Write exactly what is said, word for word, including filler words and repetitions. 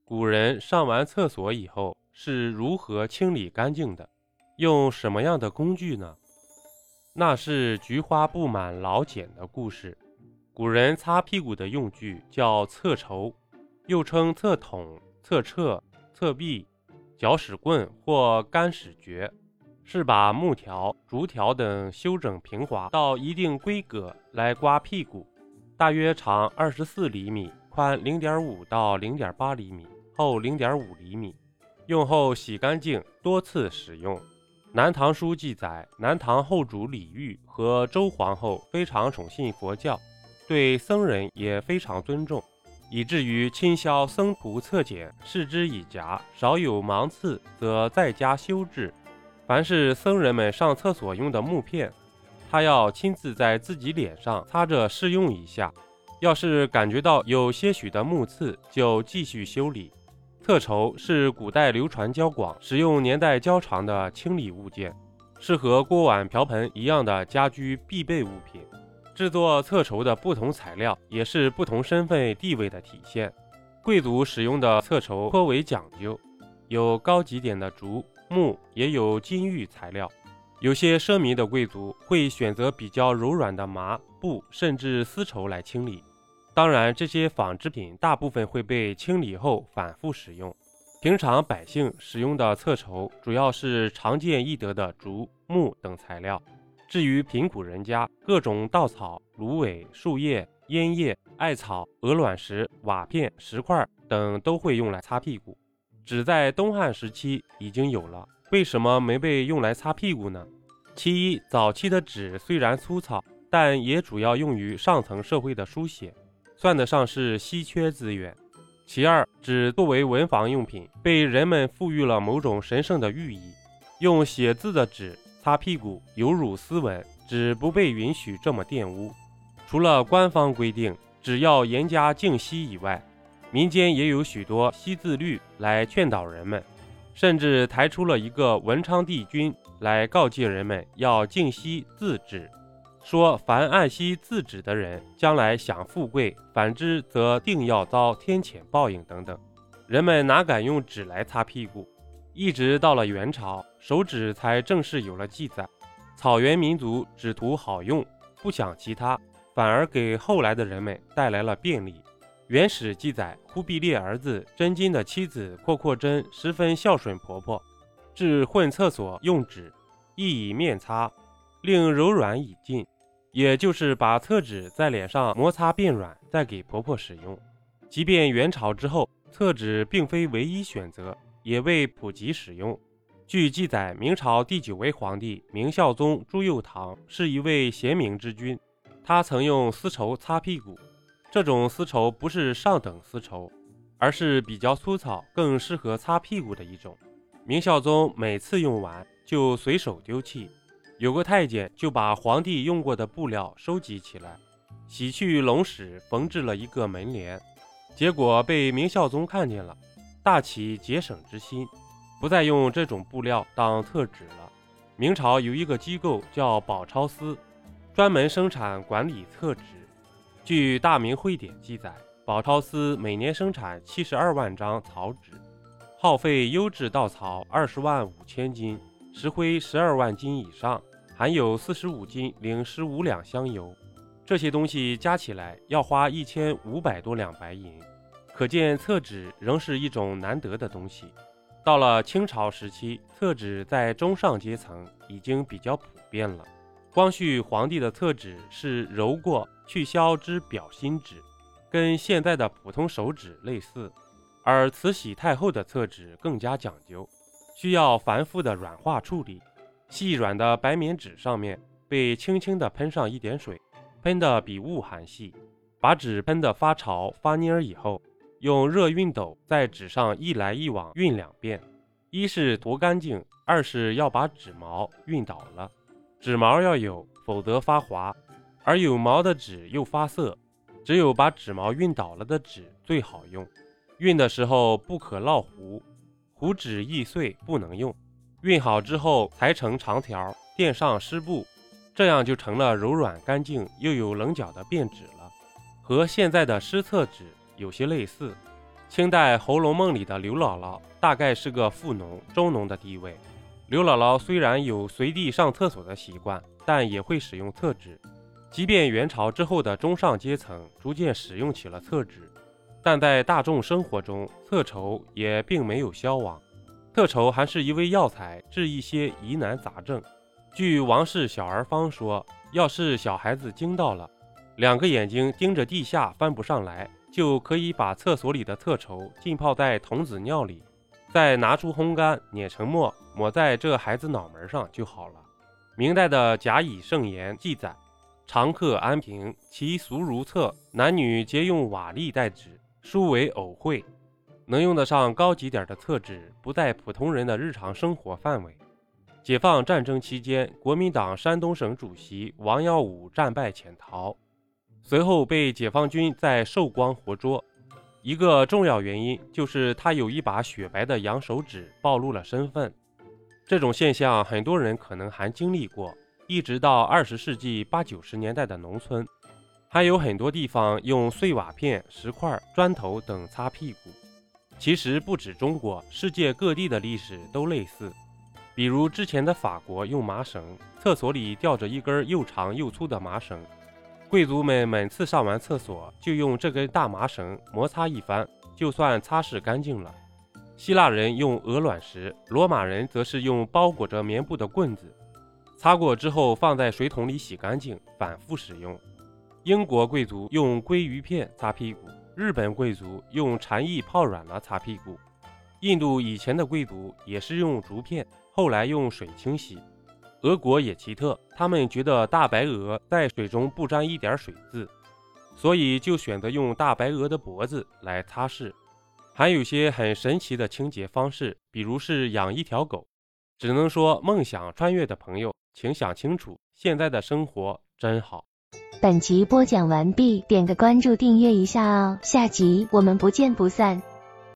古人上完厕所以后是如何清理干净的？用什么样的工具呢？那是菊花布满老茧的故事。古人擦屁股的用具叫厕筹，又称厕桶、厕掣、厕臂、搅屎棍或干屎橛，是把木条、竹条等修整平滑到一定规格来刮屁股，大约长二十四厘米，宽 零点五到零点八厘米，厚 零点五厘米，用后洗干净，多次使用。南唐书记载，南唐后主李煜和周皇后非常宠信佛教，对僧人也非常尊重，以至于亲销僧仆侧简，视之以夹，少有芒刺，则在家修治。凡是僧人们上厕所用的木片，他要亲自在自己脸上擦着试用一下，要是感觉到有些许的木刺，就继续修理。厕筹是古代流传较广、使用年代较长的清理物件，是和锅碗瓢盆一样的家居必备物品。制作厕筹的不同材料也是不同身份地位的体现。贵族使用的厕筹颇为讲究，有高级点的竹、木，也有金玉材料。有些奢靡的贵族会选择比较柔软的麻、布甚至丝绸来清理。当然，这些纺织品大部分会被清理后反复使用。平常百姓使用的厕筹主要是常见易得的竹、木等材料。至于贫苦人家，各种稻草、芦苇、树叶、烟叶、艾草、鹅卵石、瓦片、石块等都会用来擦屁股。纸在东汉时期已经有了，为什么没被用来擦屁股呢？其一，早期的纸虽然粗糙，但也主要用于上层社会的书写，算得上是稀缺资源。其二，纸作为文房用品，被人们赋予了某种神圣的寓意。用写字的纸擦屁股有辱斯文，纸不被允许这么玷污。除了官方规定只要严加净吸以外，民间也有许多惜字律来劝导人们，甚至抬出了一个文昌帝君来告诫人们要净惜字纸，说凡爱惜字纸的人将来享富贵，反之则定要遭天谴报应等等。人们哪敢用纸来擦屁股？一直到了元朝，手纸才正式有了记载。草原民族只图好用，不想其他，反而给后来的人们带来了便利。元史记载，忽必烈儿子真金的妻子阔阔真十分孝顺婆婆，至混厕所用纸，亦以面擦，令柔软以尽，也就是把厕纸在脸上摩擦变软，再给婆婆使用。即便元朝之后，厕纸并非唯一选择，也未普及使用。据记载，明朝第九位皇帝明孝宗朱佑樘是一位贤明之君，他曾用丝绸擦屁股。这种丝绸不是上等丝绸，而是比较粗糙，更适合擦屁股的一种。明孝宗每次用完就随手丢弃，有个太监就把皇帝用过的布料收集起来，洗去龙矢，缝制了一个门帘。结果被明孝宗看见了，大起节省之心，不再用这种布料当厕纸了。明朝有一个机构叫宝钞司，专门生产管理厕纸。据《大明会典》记载，宝钞司每年生产七十二万张草纸，耗费优质稻草二十万五千斤，石灰十二万斤以上，含有四十五斤零十五两香油。这些东西加起来要花一千五百多两白银，可见厕纸仍是一种难得的东西。到了清朝时期，厕纸在中上阶层已经比较普遍了。光绪皇帝的厕纸是揉过去消之表芯纸，跟现在的普通手纸类似，而慈禧太后的厕纸更加讲究，需要繁复的软化处理。细软的白棉纸上面被轻轻地喷上一点水，喷得比雾还细，把纸喷得发潮发蔫以后，用热熨斗在纸上一来一往熨两遍，一是涂干净，二是要把纸毛熨倒了。纸毛要有，否则发滑，而有毛的纸又发涩，只有把纸毛熨倒了的纸最好用。熨的时候不可烙糊，糊纸易碎，不能用。熨好之后裁成长条，垫上湿布，这样就成了柔软干净又有棱角的便纸了，和现在的湿厕纸有些类似。 清代《红楼梦》里的刘姥姥大概是个富农、中农的地位。刘姥姥虽然有随地上厕所的习惯，但也会使用厕纸。即便元朝之后的中上阶层逐渐使用起了厕纸，但在大众生活中，厕筹也并没有消亡。厕筹还是一味药材，治一些疑难杂症。据王氏小儿方说，要是小孩子惊到了，两个眼睛盯着地下翻不上来，就可以把厕所里的厕筹浸泡在童子尿里，再拿出烘干碾成沫，抹在这孩子脑门上就好了。明代的甲乙圣言记载，常客安平，其俗如厕，男女皆用瓦砾代纸，殊为偶会。能用得上高级点的厕纸，不在普通人的日常生活范围。解放战争期间，国民党山东省主席王耀武战败潜逃，随后被解放军在寿光活捉。一个重要原因就是他有一把雪白的洋手指暴露了身份。这种现象很多人可能还经历过，一直到二十世纪八九十年代的农村，还有很多地方用碎瓦片、石块、砖头等擦屁股。其实不止中国，世界各地的历史都类似。比如之前的法国用麻绳，厕所里吊着一根又长又粗的麻绳，贵族们每次上完厕所就用这根大麻绳摩擦一番，就算擦拭干净了。希腊人用鹅卵石，罗马人则是用包裹着棉布的棍子，擦过之后放在水桶里洗干净，反复使用。英国贵族用鲑鱼片擦屁股，日本贵族用蝉翼泡软了擦屁股，印度以前的贵族也是用竹片，后来用水清洗。俄国也奇特，他们觉得大白鹅在水中不沾一点水渍，所以就选择用大白鹅的脖子来擦拭。还有些很神奇的清洁方式，比如是养一条狗。只能说梦想穿越的朋友，请想清楚，现在的生活真好。 本集播讲完毕，点个关注订阅一下哦，下集我们不见不散。